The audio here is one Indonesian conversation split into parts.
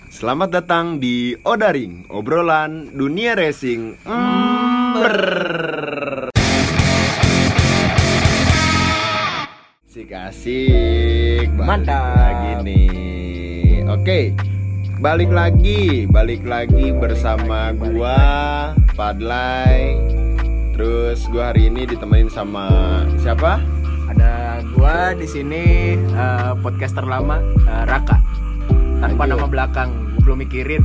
Selamat datang di Odaring, obrolan dunia racing. Asik Mantap. lagi nih. Oke, balik lagi bersama gua Padlay. Terus gua hari ini ditemenin sama siapa? Ada gua di sini, podcaster lama, Raka. Tanpa Lanjut. nama belakang, gua belum mikirin.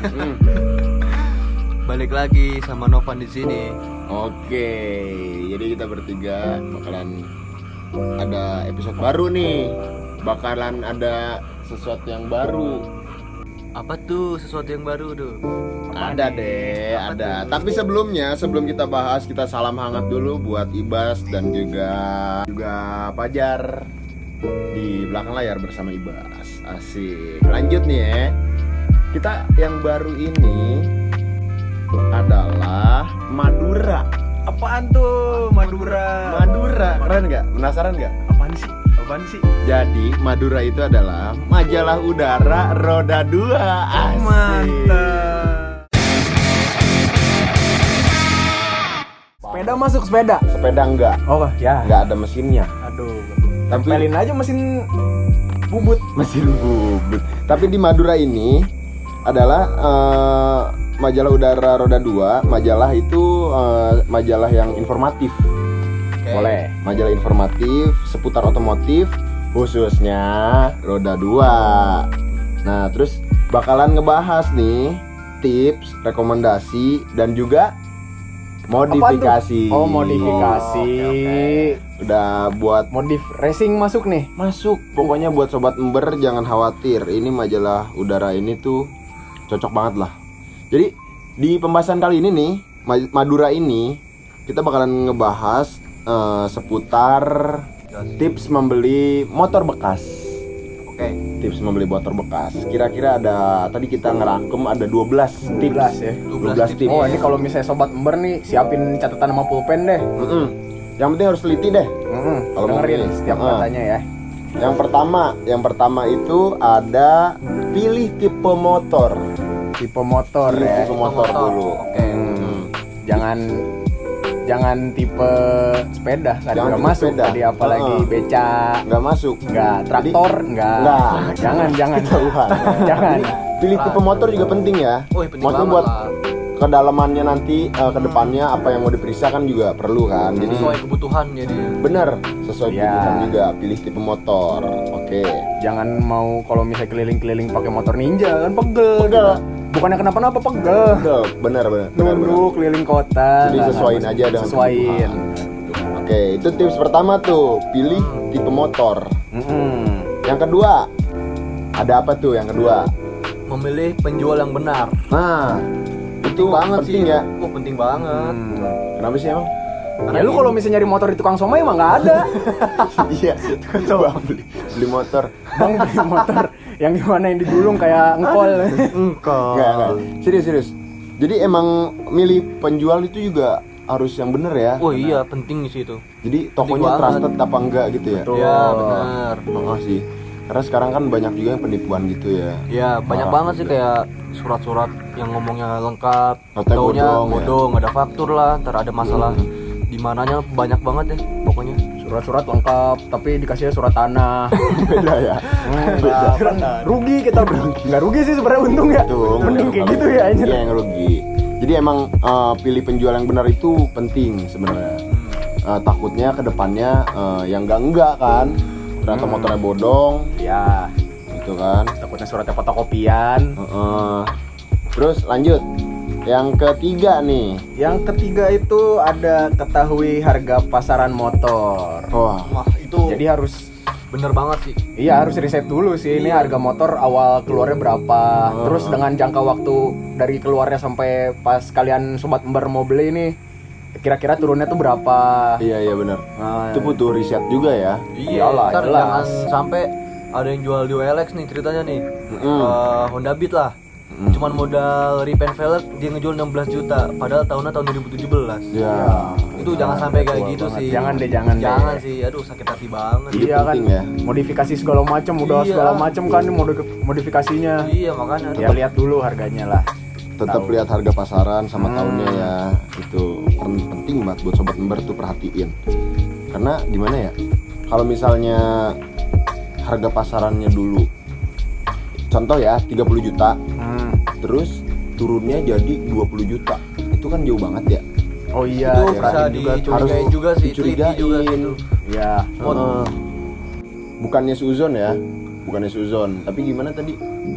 Balik lagi sama Novan di sini. Oke, jadi kita bertiga bakalan ada episode baru nih. Bakalan ada sesuatu yang baru. Apa tuh sesuatu yang baru tuh? Ada deh, ada. Tapi sebelum kita bahas, kita salam hangat dulu buat Ibas dan juga Pajar di belakang layar bersama Ibas. Asik. Lanjut nih ya. Kita yang baru ini adalah Madura. Apaan tuh Madura? Keren nggak? Penasaran nggak? Apaan sih? Jadi Madura itu adalah majalah udara roda 2. Asik. Mantap. Sepeda masuk sepeda. Sepeda enggak? Oh ya. Enggak ada mesinnya. Aduh. Tapi Tempelin aja mesin bubut. mesin bubut. Tapi di Madura ini adalah majalah udara roda 2. Majalah itu majalah yang informatif. Boleh. Majalah informatif seputar otomotif, khususnya roda 2. Nah, terus bakalan ngebahas nih tips, rekomendasi dan juga modifikasi. Oh, modifikasi. Oke. Udah buat Modif racing masuk nih. masuk. Pokoknya buat sobat ember jangan khawatir. Ini majalah udara ini tuh cocok banget lah. Jadi di pembahasan kali ini nih, Madura ini kita bakalan ngebahas seputar tips membeli motor bekas. Oke. Tips membeli motor bekas. Kira-kira ada, tadi kita ngerangkum ada 12 tips 12 ya. 12 tips. Oh, ini kalau misalnya sobat ember nih, siapin catatan sama pulpen deh. Yang penting harus teliti deh. Kalau mau Dengerin milih. setiap katanya ya. Yang pertama itu ada pilih tipe motor. Tipe motor Pilih ya. tipe motor dulu. Oke. Jangan tipe sepeda, Jangan nggak tipe masuk. sepeda. Tadi apalagi beca, Nggak masuk. nggak traktor, nggak. Jangan. Kejauhan. Jangan. Pilih tipe motor juga penting ya. Wih, penting Maksudnya banget buat lah. kedalamannya nanti, ke depannya apa yang mau diperiksa kan juga perlu kan. Jadi Sesuai kebutuhan jadi. bener sesuai Ya. kebutuhan juga. Pilih tipe motor. Oke. Jangan mau kalau misalnya keliling-keliling pakai motor ninja kan pegel. Pegel. Bukannya kenapa-napa pegel. Bener. Nunduk keliling kota. Jadi nggak sesuaiin masuk. aja dengan Sesuaiin. kebutuhan. Oke, itu tips pertama tuh, pilih tipe motor. Yang kedua, ada apa tuh yang kedua? Memilih penjual yang benar. Nah, itu penting sih. ya. Oh, penting banget. Kenapa sih emang? Ya lu kalau misalnya nyari motor di tukang somai emang nggak ada. Iya, coba beli motor. Bang beli motor yang gimana yang digulung kayak engkol. Enggak. Serius. Jadi emang milih penjual itu juga harus yang bener ya. Oh iya, penting sih itu. Jadi tokonya banget. trusted apa enggak gitu ya. Betul. Iya, benar. Oh sih. Karena sekarang kan banyak juga yang penipuan gitu ya. Ya, banyak Parah. banget sih kayak surat-surat yang ngomongnya lengkap, Katanya taunya bodong, ya. bodong, ada faktur lah, ntar ada masalah di mananya banyak banget deh pokoknya. Surat-surat lengkap tapi dikasihnya surat tanah. Beda ya. Rugi kita nggak rugi sih sebenarnya, untung ya. Tuh, Mending kayak gitu ya anjir. Iya, yang rugi. Jadi emang pilih penjual yang benar itu penting sebenarnya. Takutnya kedepannya yang enggak kan, ternyata motornya bodong, Ya, gitu kan. takutnya suratnya fotokopian. Terus lanjut. Yang ketiga nih. Yang ketiga itu ada ketahui harga pasaran motor. Wah, Wah, itu Jadi harus bener banget sih. Iya harus riset dulu sih, ini harga motor awal keluarnya berapa, terus dengan jangka waktu dari keluarnya sampai pas kalian sobat ember mau beli ini, kira-kira turunnya tuh berapa. iya benar. Nah, Itu butuh riset juga ya. Iyalah, ntar jelas. jangan sampai ada yang jual di OLX nih ceritanya nih. Honda Beat lah. Cuman modal repaint velg dia ngejual 16 juta padahal tahunnya tahun 2017. Ya. Itu jangan sampai kayak gitu banget. sih. Jangan deh. Jangan sih. Aduh sakit hati banget. Iya kan, penting ya. modifikasi segala macam, udah Iya. segala macam kan modifikasinya. Iya makanya. Ya lihat dulu harganya lah. Tetap Tahu. lihat harga pasaran sama tahunnya ya. Itu penting banget buat sobat ember tuh perhatiin. Karena gimana ya? Kalau misalnya harga pasarannya dulu contoh ya 30 juta. Terus turunnya jadi 20 juta. Itu kan jauh banget ya. Oh iya, Itu ya, bisa dicurigain juga sih. Itu juga dicurigain. sih. ya. Bukannya suzon ya. Bukannya suzon, tapi gimana tadi?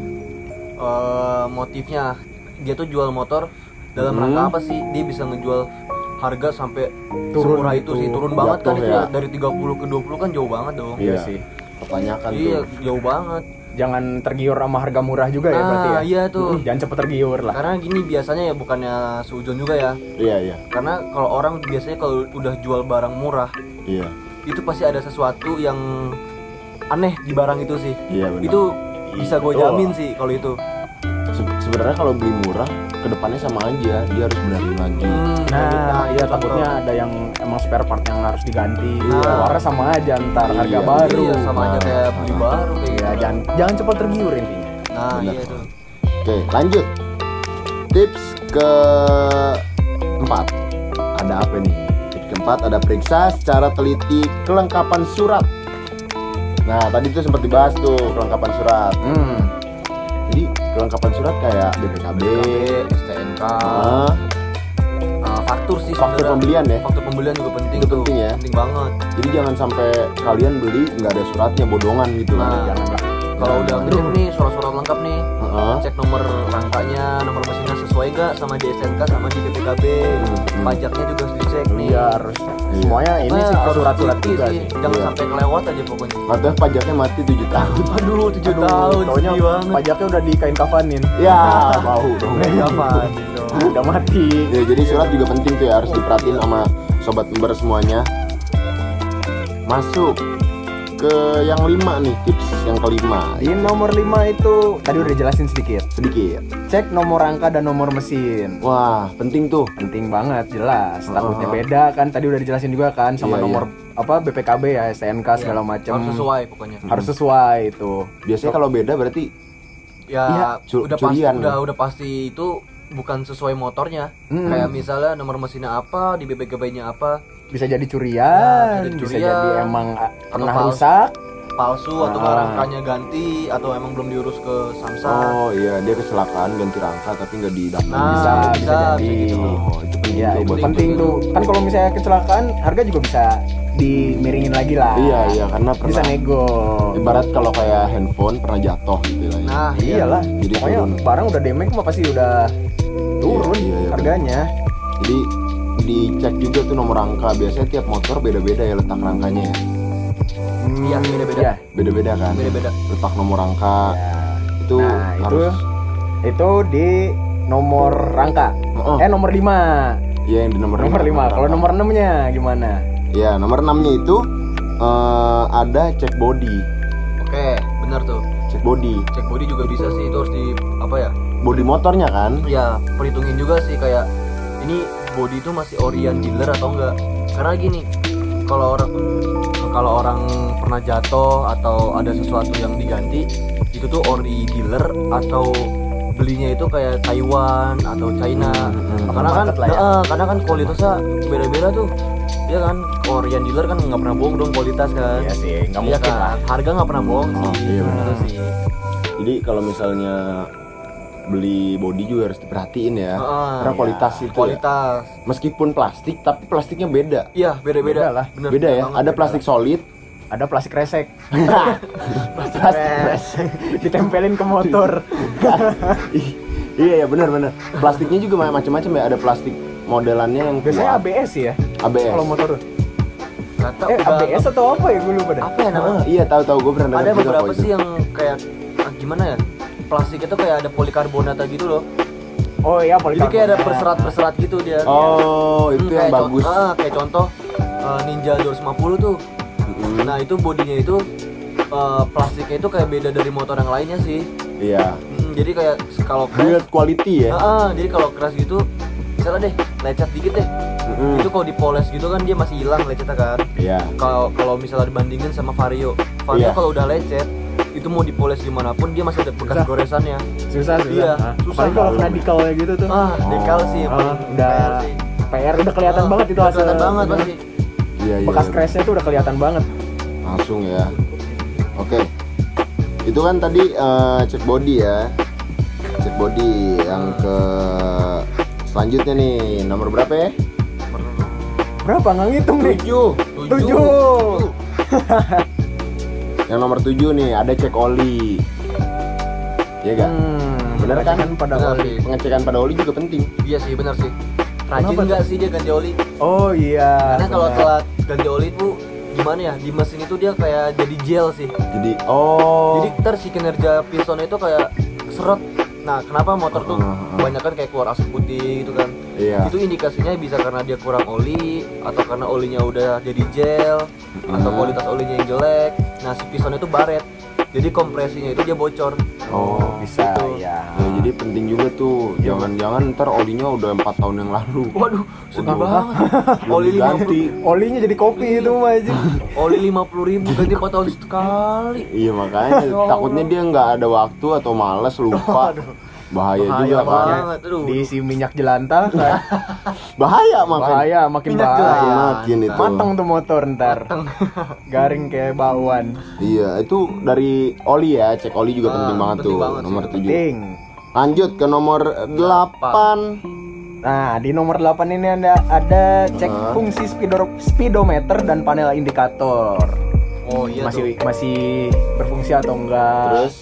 Motifnya dia tuh jual motor dalam rangka apa sih? Dia bisa ngejual harga sampai Turun semurah gitu. itu sih, turun banget kan Jatuh itu ya. dari 30 ke 20 kan jauh banget dong. Iya sih. Pertanyakan Iya, tuh. jauh banget. Jangan tergiur sama harga murah juga ya berarti ya. Iya tuh. Jangan cepet tergiur lah. Karena gini biasanya ya bukannya suzon juga ya. Iya, iya. Karena kalau orang biasanya kalau udah jual barang murah, Iya. itu pasti ada sesuatu yang aneh di barang itu sih. Iya, benar. Itu bisa gue Betul. jamin sih kalau itu. Sebenarnya kalau beli murah, kedepannya sama aja, dia harus berani lagi. Nah, iya takutnya ada yang emang spare part yang harus diganti. Nah. Keluarnya sama aja ntar harga Iya, baru. Iya, sama aja kayak beli baru kayak Iya, gitu. jangan cepat tergiur intinya. Nah, Benar. iya tuh. Oke, lanjut. Tips keempat. Ada apa nih? Tips keempat ada periksa secara teliti kelengkapan surat. Nah, tadi tuh sempat dibahas tuh kelengkapan surat. Jadi kelengkapan surat kayak BPKB, STNK, ah, faktur sih faktur sebenarnya. pembelian ya. Faktur pembelian juga penting Itu tuh. penting ya. Penting banget. Jadi jangan sampai kalian beli nggak ada suratnya, bodongan gitu. Nah, Janganlah. Kalau udah ngecek nih surat-surat lengkap nih, Heeh. cek nomor rangkanya, nomor mesinnya sesuai nggak sama di STNK sama di BPKB. Pajaknya juga harus dicek nih. Iya harus. Semuanya ini sih harus surat-surat teliti juga sih. sih. Jangan Iya. sampai kelewat aja pokoknya. Katanya pajaknya mati 7 tahun. Aduh, 7 tahun Taunya sedih banget. pajaknya udah dikain kafanin. Ya, bau dong. Apa dong? Udah mati. Ya, jadi surat juga penting tuh ya, harus diperhatiin sama sobat ember semuanya. Masuk ke yang 5 nih, tips yang kelima. Di nomor 5 itu tadi udah jelasin sedikit. Sedikit. Cek nomor rangka dan nomor mesin. Wah, penting tuh. Penting banget, jelas. Takutnya beda kan, tadi udah dijelasin juga kan sama Iya, nomor apa BPKB ya, STNK segala macam. Harus sesuai pokoknya. Harus sesuai itu. Biasanya kalau beda berarti Ya, Iya, udah pasti curian. udah pasti itu bukan sesuai motornya. Kayak misalnya nomor mesinnya apa, di BPKB-nya apa, Bisa jadi Ya, curian, bisa jadi bisa curian. jadi emang pernah palsu. rusak. palsu atau rangkanya ganti atau emang belum diurus ke Samsat. oh iya, dia kecelakaan ganti rangka tapi nggak didaftar. Nah, bisa bisa jadi. gitu. Oh, itu penting Ya, tuh itu buat penting tuh. Kan kalau misalnya kecelakaan, harga juga bisa dimiringin lagi lah. Iya, iya, karena Bisa pernah nego. ibarat kalau kayak handphone pernah jatuh gitu lah ya. Nah, Iyalah. Jadi Pokoknya turun. barang udah damage mah pasti udah turun Iya, iya, harganya. Jadi dicek juga tuh nomor rangka. Biasanya tiap motor beda-beda ya letak rangkanya ya. Iya, beda-beda. Iya. Beda-beda kan. Beda-beda. Letak nomor rangka Ya. itu Nah, harus itu di nomor rangka. Oh. Nomor 5. iya yang di nomor Nomor 5. Kalau nomor 6-nya gimana? ya nomor 6-nya itu ada cek body. Oke, bener tuh. Cek body. Cek body juga bisa sih, itu harus di apa ya? Body motornya kan? Ya, perhitungin juga sih kayak ini body itu masih orian dealer atau enggak. Karena gini, kalau orang pernah jatuh atau ada sesuatu yang diganti, itu tuh ori dealer atau belinya itu kayak Taiwan atau China. Karena kan Market lah ya. karena kan kualitasnya beda-beda tuh. Iya kan, Korean dealer kan nggak pernah bohong dong kualitas kan. Iya sih, nggak Iya mungkin kan? lah. Harga nggak pernah bohong sih. iya benar Itu sih. Jadi kalau misalnya beli body juga harus diperhatiin ya. Karena iya. kualitas itu ya. Kualitas. Meskipun plastik tapi plastiknya beda. Iya, beda-beda. Beda lah. Bener, Beda ya. banget, Ada beda. plastik solid. Ada plastik resek. Plastik resek. Ditempelin ke motor. Iya ya benar. Plastiknya juga macam-macam ya. Ada plastik modelannya yang Biasanya kuat. ABS ya. ABS. Kalau motor tuh. Nggak tahu, udah- ABS atau apa ya gue lupa dah. apa ya namanya? Iya tahu gue pernah Ada dengar juga beberapa kok itu. sih yang kayak gimana ya? Plastik itu kayak ada polikarbonata gitu loh. Oh iya, Jadi kayak ada berserat-berserat gitu dia. Oh itu yang kayak bagus. kayak contoh Ninja 250 tuh. Nah, itu bodinya itu plastiknya itu kayak beda dari motor yang lainnya sih. Iya. Jadi kayak kalau Build crash, quality ya. jadi kalau keras gitu, misalnya deh lecet dikit deh. Itu kalau dipoles gitu kan dia masih hilang lecetnya kan. Iya. Kalau misalnya dibandingin sama Vario Iya. kalau udah lecet itu mau dipoles gimana pun dia masih ada bekas Susah. goresannya. Susah. Iya, susah. Apalagi kalau kena dekalnya gitu tuh. Dekal sih yang paling udah PR sih. PR udah kelihatan banget itu Udah hasil. kelihatan banget pasti. Iya, iya. Bekas crashnya tuh udah kelihatan banget. Langsung ya. Oke. Itu kan tadi cek body ya. Cek body yang ke selanjutnya nih nomor berapa ya? Berapa nggak ngitung nih? 7. 7. Yang nomor 7 nih ada cek oli. Iya gak? Bener kan? Pengecekan pada Bener oli. sih. Pengecekan pada oli juga penting. Iya sih benar sih. Rajin Kenapa nggak sih dia ganti oli? Oh iya. Karena kalau benar. telat ganti oli tuh gimana ya, di mesin itu dia kayak jadi gel sih. Jadi Jadi ntar si kinerja piston itu kayak seret. Nah kenapa motor tuh kebanyakan kayak keluar asap putih gitu kan. Iya. Itu indikasinya bisa karena dia kurang oli, atau karena olinya udah jadi gel, atau kualitas olinya yang jelek. Nah si piston itu baret, jadi kompresinya itu dia bocor. Oh, bisa gitu. ya. ya, jadi penting juga tuh. Jangan-jangan ntar olinya udah 4 tahun yang lalu. Waduh, sedih Waduh. banget. Belum Oli diganti. 50, Olinya jadi kopi itu mah aja. oli 50.000 ganti 4 tahun sekali. Iya makanya takutnya dia nggak ada waktu atau malas lupa. Bahaya juga kan. banget. Aduh. Diisi minyak jelantah kan. Bahaya makanya. Bahaya, makin Minyak bahaya. jelantah. Makin itu. Mateng tuh motor ntar. Garing kayak bauan. Iya, itu dari oli ya. Cek oli juga penting banget penting tuh. banget sih. Nomor 7. Ding. Lanjut ke nomor 8. Nah, di nomor 8 ini ada cek fungsi speedometer dan panel indikator. Oh iya Masih berfungsi atau enggak? Terus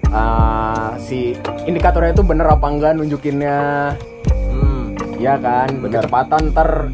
Si indikatornya itu bener apa enggak nunjukinnya? Ya kan, Bener. kecepatan ntar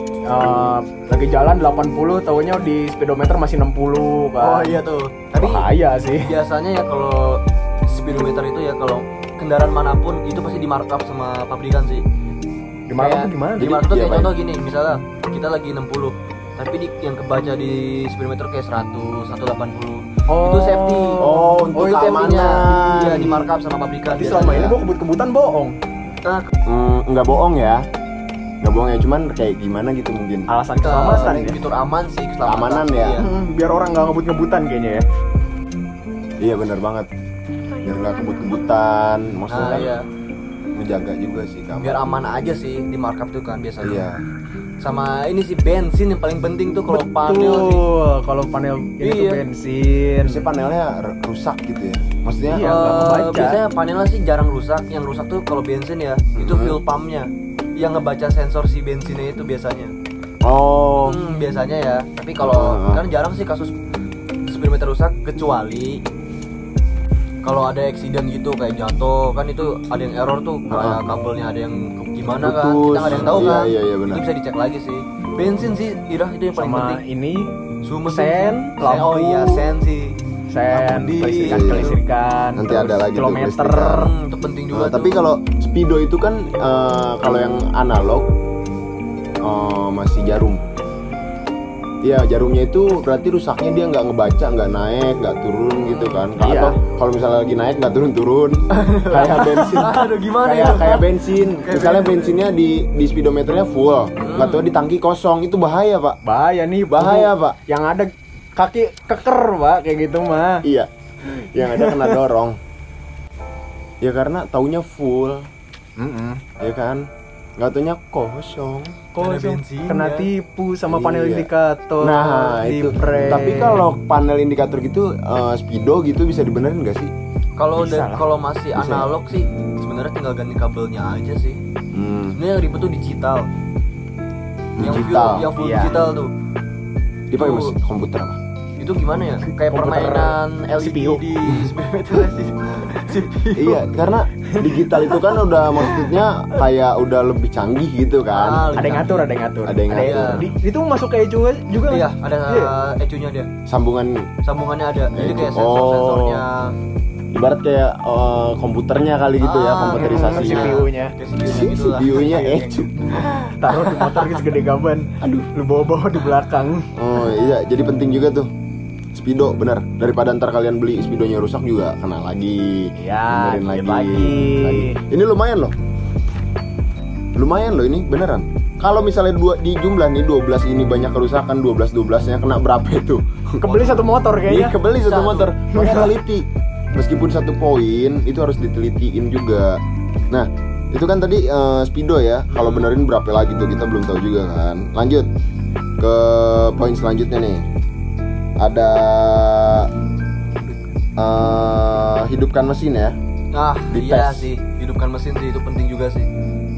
lagi jalan 80, taunya di speedometer masih 60 kan. Oh iya tuh. Tapi bahaya sih. biasanya ya kalau speedometer itu ya kalau kendaraan manapun itu pasti di markup sama pabrikan sih. Di markup Kayak- gimana? Di Jadi markup tuh kayak diapain? contoh gini, misalnya kita lagi 60, tapi yang kebaca di speedometer kayak 100 atau 80. Oh. Itu safety. Oh, untuk itu safety-nya. keamanan. Iya, di markup sama pabrikan. Berarti selama ini ya. gua kebut-kebutan bohong. Nah, nggak bohong ya. Nggak bohong ya, cuman kayak gimana gitu mungkin. Alasan keselamatan ya. fitur aman sih, keselamatan. Keamanan ya. Iya. Biar orang nggak ngebut-ngebutan kayaknya ya. Iya benar banget. Biar nggak kebut-kebutan. Maksudnya Nah, kan iya. menjaga juga sih kamu. Biar aman aja sih di markup tuh kan biasanya. Iya. Sama ini sih bensin yang paling penting tuh kalau panel sih. Betul, kalau panel ini tuh Iya. bensin. Biasanya panelnya rusak gitu ya. Maksudnya Iya. nggak kebaca. Biasanya panelnya sih jarang rusak. Yang rusak tuh kalau bensin ya, itu fuel pumpnya yang ngebaca sensor si bensinnya itu biasanya. oh, Biasanya ya. Tapi kalau kan jarang sih kasus speedometer rusak, kecuali kalau ada accident gitu kayak jatuh kan, itu ada yang error tuh kayak kabelnya ada yang gimana kan, Putus. kita nggak ada yang tahu Iya, kan. iya, iya, benar. Itu bisa dicek lagi sih. Bensin sih Irah itu yang paling Sama penting. ini Sumesin sen, sih. lampu. Oh iya sen sih. sen, Lampu di- kelistrikan, Nanti terus ada lagi tuh kilometer. kelistrikan. Itu penting juga tuh. tapi kalau speedo itu kan kalau yang analog masih jarum. Iya, jarumnya itu berarti rusaknya dia nggak ngebaca, nggak naik, nggak turun gitu kan. Iya. Atau kalau misalnya lagi naik nggak turun-turun, kayak bensin. Aduh gimana kayak ya? kayak bensin. Misalnya bensinnya di speedometernya full, nggak tahu di tangki kosong, itu bahaya pak. Bahaya nih, Bahaya, Bu. Pak. Yang ada kaki keker, Pak, kayak gitu mah. Iya, yang ada kena dorong. Ya karena taunya full, ya kan. Nggak taunya kosong. Kosong. bensinnya. Kena tipu sama panel Iya. indikator. Nah itu. di-prank. Tapi kalau panel indikator gitu speedo gitu bisa dibenerin nggak sih? Kalau Bisa lah. kalau masih Bisa ya? analog sih sebenarnya tinggal ganti kabelnya aja sih. Hmm. Ini yang ribet tuh digital. Digital. Yang full Iya. digital tuh. Dia pakai Tuh. mesin komputer apa? Itu gimana ya? Kayak Komputer permainan LED CPU. di speedometer sih. CPU. Iya, karena digital itu kan udah maksudnya kayak udah lebih canggih gitu kan. ada yang ngatur, ada yang ngatur. Ada yang ngatur. Itu masuk ke ECU juga Iya, nggak? ada Iya. ECU-nya dia. Sambungannya Ada. Jadi kayak Oh. sensor-sensornya. ibarat kayak komputernya kali gitu ya, komputerisasinya. CPU-nya. Kayak CPU-nya gitu lah. CPU-nya ecu. Taruh di motor gitu segede gaban. Aduh, lu bawa-bawa di belakang. Oh iya, jadi penting juga tuh. Speedo bener, daripada ntar kalian beli speedonya rusak juga kena lagi. Ya, benerin dikit lagi. Ini lumayan loh ini beneran. Kalau misalnya di jumlah nih 12 ini banyak kerusakan, 12-12-nya kena berapa itu? Kebeli satu motor Iya, kayaknya. kebeli satu motor. Makanya teliti. Meskipun 1 poin itu harus ditelitiin juga. Nah, itu kan tadi speedo ya. Kalau benerin berapa lagi tuh kita belum tahu juga kan. Lanjut ke poin selanjutnya nih. Ada hidupkan mesin ya. Nah, Dites. iya sih, hidupkan mesin sih itu penting juga sih.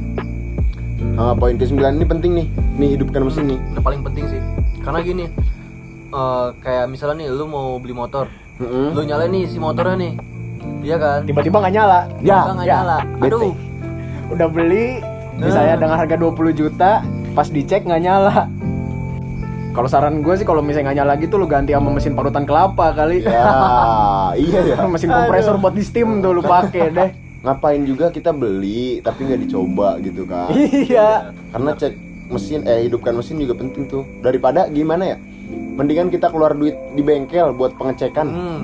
Poin ke-9 ini penting nih. Nih hidupkan mesin nih. Udah paling penting sih. Karena gini, kayak misalnya nih lu mau beli motor, lu nyalain nih si motornya nih, iya kan? Tiba-tiba nggak nyala. Tiba-tiba nggak nyala. Aduh, Udah beli, misalnya dengan harga 20 juta, pas dicek nggak nyala. Kalau saran gue sih kalau misalnya nggak nyala gitu lu ganti sama mesin parutan kelapa kali. Ya, iya ya. Mesin kompresor buat di steam tuh lu pakai deh. Ngapain juga kita beli tapi nggak dicoba gitu kan? Iya. Karena cek mesin, hidupkan mesin juga penting tuh. Daripada gimana ya? Mendingan kita keluar duit di bengkel buat pengecekan.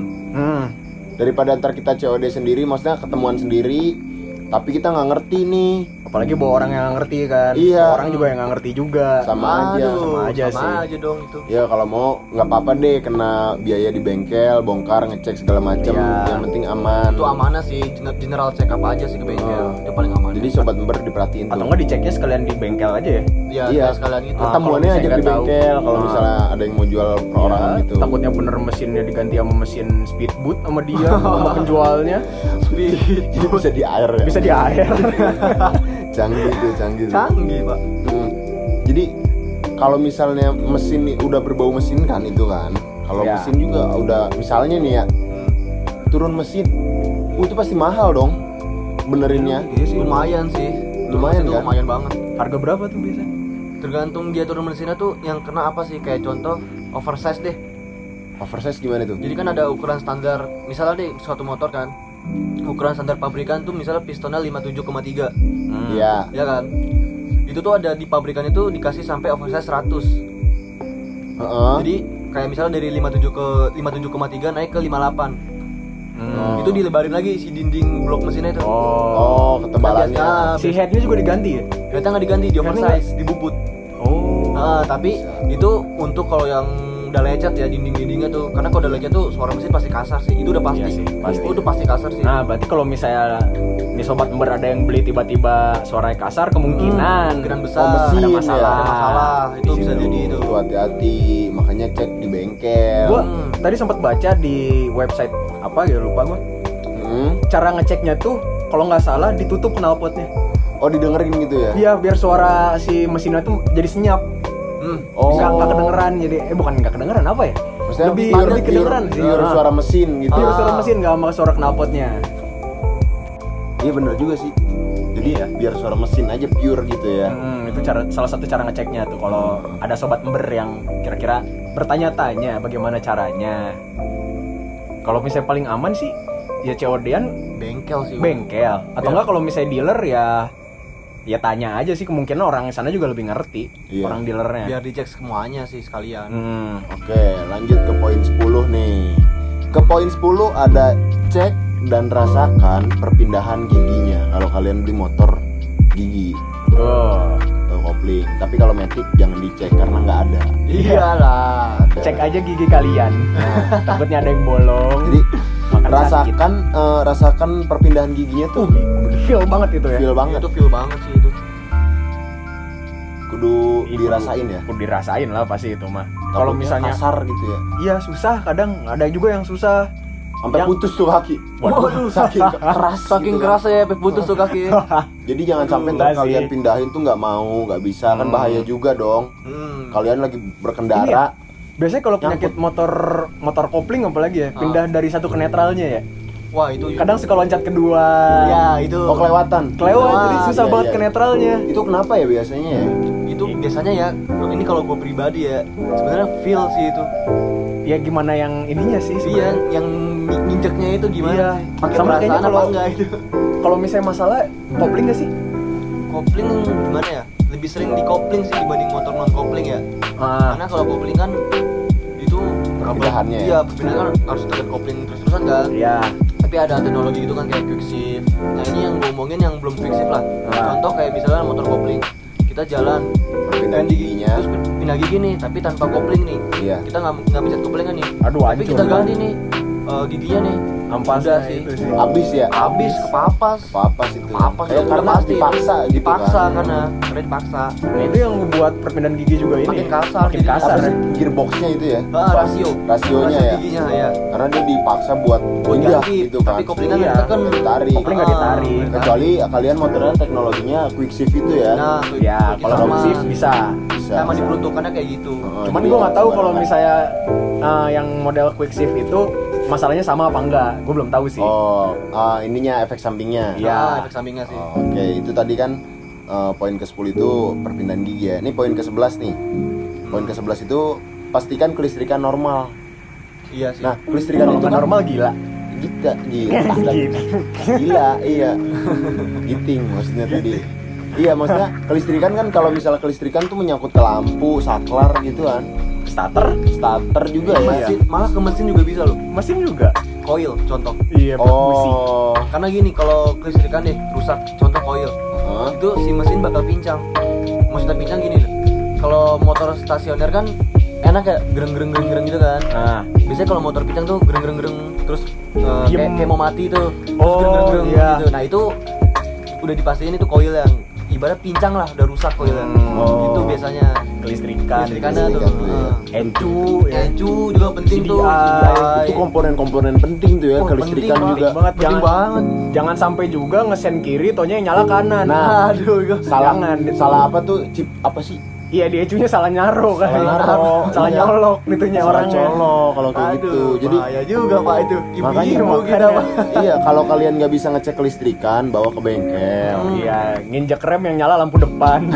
Daripada ntar kita COD sendiri, maksudnya ketemuan sendiri, tapi kita nggak ngerti nih. Apalagi bawa orang yang nggak ngerti kan. Iya. Orang juga yang nggak ngerti juga. Sama aja. Sama aja sih. aja dong itu. Ya kalau mau nggak apa-apa deh kena biaya di bengkel, bongkar, ngecek segala macam. Iya. Yang penting aman. Itu amanah sih, general check up aja sih ke bengkel. Itu paling aman. Jadi sobat member diperhatiin Atau tuh. nggak diceknya sekalian di bengkel aja ya. Iya, Iya. sekalian gitu. Ah, Ketemuannya kalau aja misalnya di nggak tahu. bengkel. Kalau Ah. misalnya ada yang mau jual perorangan Ya, gitu. takutnya bener mesinnya diganti sama mesin speedboot sama dia sama penjualnya. Jadi bisa di air ya. Bisa di air. Canggih tuh, canggih. Canggih, Pak. Jadi kalau misalnya mesin nih udah berbau mesin kan itu kan. Kalau Ya. mesin juga udah misalnya nih ya turun mesin, itu pasti mahal dong benerinnya. Iya sih. Lumayan sih. Lumayan Itu kan? lumayan banget. Harga berapa tuh biasanya? Tergantung dia turun mesinnya tuh yang kena apa sih, kayak contoh oversize deh. Oversize gimana tuh? Jadi kan ada ukuran standar, misalnya deh suatu motor kan, ukuran standar pabrikan tuh misalnya pistonnya 57,3, Iya. ya kan? Itu tuh ada di pabrikannya tuh dikasih sampai oversize 100. Heeh. Jadi kayak misalnya dari 57,3 naik ke 58. Itu dilebarin lagi si dinding blok mesinnya itu. Oh, ketebalannya. Nah, Si headnya juga diganti ya? ternyata nggak diganti, di oversize, dibuput. Oh. Nah, tapi itu untuk kalau yang udah lecet ya dinding-dindingnya tuh, karena kalau udah lecet tuh suara mesin pasti kasar sih, itu udah pasti. Iya sih, pasti. Itu udah pasti kasar sih. Nah, berarti kalau misalnya nih sobat member ada yang beli tiba-tiba suaranya kasar, kemungkinan kemungkinan besar mesin ada ya. masalah. ada masalah, itu Di bisa situ. jadi itu. Tuh hati-hati, makanya cek di bengkel. Gua tadi sempat baca di website apa gitu lupa gua. Cara ngeceknya tuh kalau nggak salah ditutup knalpotnya. Oh, didengerin gitu ya? Iya, biar suara si mesinnya tuh jadi senyap. Oh. Bisa nggak kedengeran jadi bukan nggak kedengeran apa ya? Maksudnya lebih kedengeran sih. pure Ah. suara mesin gitu. Pure suara mesin nggak sama suara knalpotnya. Iya bener juga sih. Jadi ya biar suara mesin aja pure gitu ya. Itu salah satu cara ngeceknya tuh kalau ada sobat member yang kira-kira bertanya-tanya bagaimana caranya. Kalau misalnya paling aman sih ya COD-an Bengkel sih. bengkel atau enggak kalau misalnya dealer ya tanya aja sih, kemungkinan orang sana juga lebih ngerti. Iya. Orang dealernya. Biar dicek semuanya sih sekalian. Oke, lanjut ke poin 10 nih. Ke poin 10 ada cek dan rasakan perpindahan giginya. Kalau kalian beli motor gigi Tuh. atau kopling. Tapi kalau Matic jangan dicek karena nggak ada. Iyalah. Cek aja gigi kalian. Takutnya ada yang bolong. Jadi Makan sakit. rasakan perpindahan giginya tuh Feel banget itu ya. feel banget. Itu feel banget sih itu. Kudu dirasain ya. Kudu dirasain lah pasti itu mah. Kalau Takutnya misalnya kasar gitu ya. iya susah, kadang ada juga yang susah. Sampai Yang- putus tuh kaki. Waduh. Saking keras. Saking gitu kan. kerasnya ya sampai putus tuh kaki. Jadi jangan sampai ntar Enggak sih. kalian pindahin tuh nggak mau, nggak bisa kan bahaya juga dong. Kalian lagi Ini ya, berkendara. biasanya kalau penyakit motor kopling apalagi ya, pindah dari satu ke netralnya ya. Wah, itu Kadang suka loncat kedua. ya itu. Oh kelewatan. Kelewat, jadi susah iya, banget iya. ke netralnya. Itu kenapa ya biasanya ya? Itu biasanya ya, ini kalau gue pribadi ya, sebenarnya feel sih itu. Ya gimana yang ininya sih Iya, sebenarnya. yang nginjeknya itu gimana? Iya. Pakai Sama kayaknya perasaan apa kalau- enggak itu? Kalau misalnya masalah kopling gak sih? Kopling gimana ya? Lebih sering di kopling sih dibanding motor non kopling ya. Ah, Karena kalau kopling kan itu perpindahannya ya. Iya, perpindahan kan harus tekan kopling terus-terusan kan. Iya. Tapi ada teknologi gitu kan kayak quick shift. Nah ini yang gue omongin yang belum quick shift lah. Contoh kayak misalnya motor kopling, kita jalan Perpindahan giginya. terus pindah gigi nih, tapi tanpa kopling nih. Iya. Kita nggak mencet koplingan nih. Aduh, tapi hancur kita kan. ganti nih giginya nih. Ampasnya Udah sih. itu sih. Habis ya. Habis kepapas. Apa itu? Kepapas Kayak udah karena pasti. dipaksa gitu Dipaksa kan. karena dipaksa. Nah, itu yang membuat perpindahan gigi juga ini Makin kasar, makin jadi kasar. Apa sih? Gearboxnya itu ya. Rasio. Rasionya ya. giginya ya. Karena dia dipaksa buat Buat pindah ganti, gitu tapi kan. koplingan Iya. nggak ditekan. Nggak ditarik. Kopling nggak ditarik. Kecuali kalian motornya teknologinya quick shift itu ya. Nah, Ya, kalau sama. quick shift bisa. Bisa. Emang diperuntukkannya kayak gitu. Cuman Jadi gue nggak tahu kalau sebenarnya- misalnya yang model quick shift itu masalahnya sama apa enggak. Gue belum tahu sih. Oh, ininya efek sampingnya. Iya. Nah, efek sampingnya sih. Oh, Oke, itu tadi kan poin ke-10 itu perpindahan gigi ya. Ini poin ke-11 nih. Poin ke-11 itu pastikan kelistrikan normal. Iya sih. Nah, kelistrikan Kalau itu nggak kan normal gila. Gila, iya. Giting maksudnya tadi. Iya, maksudnya kelistrikan kan kalau misalnya kelistrikan tuh menyangkut ke lampu, saklar gitu kan. Starter juga ya. Malah ke mesin juga bisa loh. Mesin juga. Coil contoh. Iya, busi. Oh. Karena gini, kalau kelistrikan deh rusak, contoh coil. Hah? Itu si mesin bakal pincang. Maksudnya pincang gini loh. Kalau motor stasioner kan enak ya, gereng gitu kan. Nah, Biasanya kalau motor pincang tuh gereng terus Diem. kayak mau mati tuh. Terus Oh, iya. gitu. Nah, itu udah dipastiin itu coil yang ibarat pincang lah, udah rusak coilnya. Oh. Itu biasanya. kelistrikan. Kelistrikannya tuh. kelistrikan tuh, ya. Encu, ya. Encu juga penting tuh. CDI. Itu komponen-komponen penting tuh ya, Oh, kelistrikan penting juga. banget. Penting banget. Jangan sampai juga ngesen kiri, tonya yang nyala kanan. Nah, Aduh, itu. Jangan, itu. Salah apa tuh? Chip apa sih? Iya, di ecunya salah nyaro kan. Salah nyaro. Salah Iya. nyolok nitunya Salah orangnya. colok kalau kayak Aduh, gitu. Jadi bahaya juga Pak itu. makanya Ibu-ibu kita Pak. iya, kalau kalian nggak bisa ngecek kelistrikan, bawa ke bengkel. Iya, nginjek rem yang nyala lampu depan.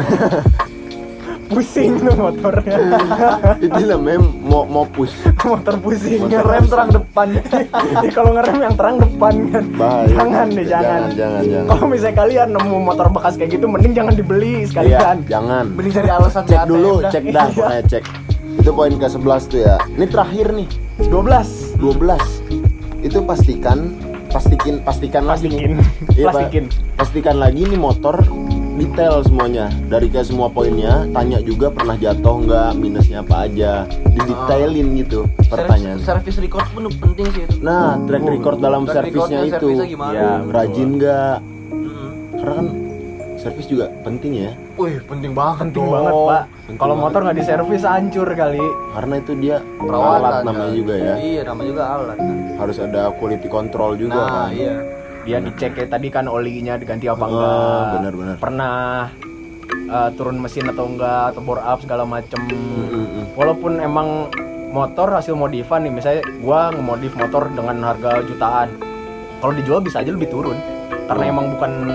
Pusing tuh motornya. Itu namanya mau push. Motor pusing. Motor Ngerem pusing. terang depan. Ya, kalau ngerem yang terang depan kan. Bahaya. Jangan deh, jangan. Jangan. Kalau misalnya kalian nemu motor bekas kayak gitu, mending jangan dibeli Iya, sekalian. jangan. Mending cari alasan Cek di ATM dulu, dah. cek dah, pokoknya cek. Itu poin ke-11 tuh ya. Ini terakhir nih, 12. 12. Itu pastikan lagi nih. Iya, Pak. Pastikan lagi nih motor detail semuanya. Dari ke semua poinnya, tanya juga pernah jatuh nggak, minusnya apa aja. Didetailin gitu pertanyaan. Service record pun penting sih itu. Nah, track record dalam Track servisnya recordnya, itu. servisnya gimana? Ya, Rajin nggak? Mm-mm. Karena kan servis juga penting ya. Wih, penting banget. Penting dong. banget, Pak. Penting Kalau banget. motor nggak diservis hancur kali. Karena itu dia Perawatan alat kan. namanya juga ya. Iya, namanya juga alat kan. Harus ada quality control juga Nah, kan. iya. Dia dicek kayak tadi kan olinya diganti apa Ah, enggak. benar-benar. Pernah turun mesin atau enggak, atau bore up segala macem. Mm-mm. Walaupun emang motor hasil modifan nih, misalnya gua ngemodif motor dengan harga jutaan, kalau dijual bisa aja lebih turun karena emang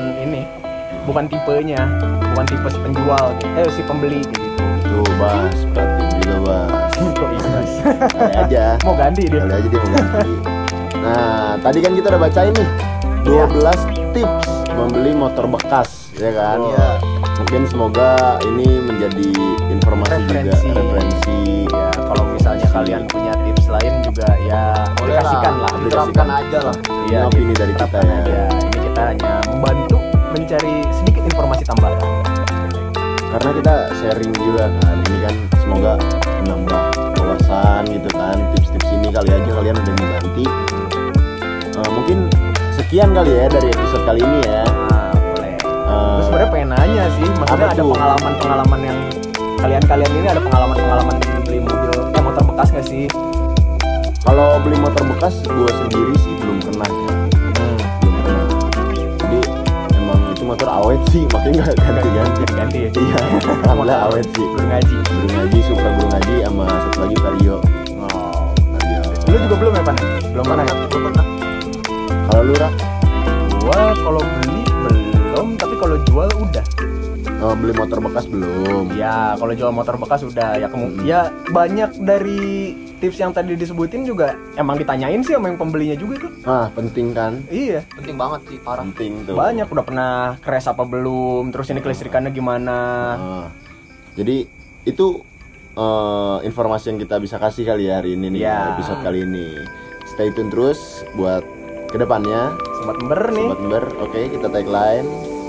bukan tipenya, bukan tipe si penjual, si pembeli kayak gitu. Tuh Bas, perhatiin juga Bas. Kok ikhlas? Kali aja. Mau ganti dia. Kali aja dia mau ganti. Nah, tadi kan kita udah bacain nih 12 tips membeli motor bekas, ya kan? Iya. Mungkin semoga ini menjadi informasi Referensi. juga, referensi. Ya, kalau misalnya kalian punya tips lain juga ya aplikasikan lah. Diterapkan aja lah. Ini opini dari kita terapkan ya. aja. Ini kita hanya membantu mencari sedikit informasi tambahan. Karena kita sharing juga kan, ini kan semoga menambah wawasan gitu kan. Tips-tips ini kali aja kalian udah mengganti. Mungkin sekian kali ya dari episode kali ini ya. Nah, boleh. Gue sebenarnya pengen nanya sih, maksudnya Apa ada tuh? pengalaman-pengalaman yang kalian ini ada pengalaman-pengalaman beli mobil motor bekas nggak sih? Kalau beli motor bekas gue sendiri sih belum pernah ya. Belum pernah. Jadi emang itu motor awet sih, makanya nggak ganti-ganti. Ganti ya? Iya, alhamdulillah awet sih. Belum ngaji. Guru ngaji, Supra guru ngaji sama satu lagi Vario. Oh. Vario. Lu juga belum ya, Pan? Belum pernah ya? Belum pernah. Kalau lu Rak? Gua kalau beli belum, tapi kalau jual udah. Beli motor bekas belum? Ya, kalau jual motor bekas udah ya ya banyak dari tips yang tadi disebutin juga emang ditanyain sih sama yang pembelinya juga tuh. Ah, penting kan? Iya, Penting banget sih, parah. Penting tuh. banyak udah pernah crash apa belum, terus ini kelistrikannya gimana. Ah. Jadi itu informasi yang kita bisa kasih kali ya hari ini nih, Ya. episode kali ini. Stay tune terus buat kedepannya. Sobat Ember nih. Sobat Ember, oke, kita tagline.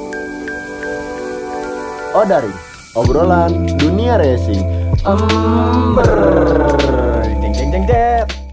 Daring, obrolan dunia racing. Ember. Jeng jeng jeng jet.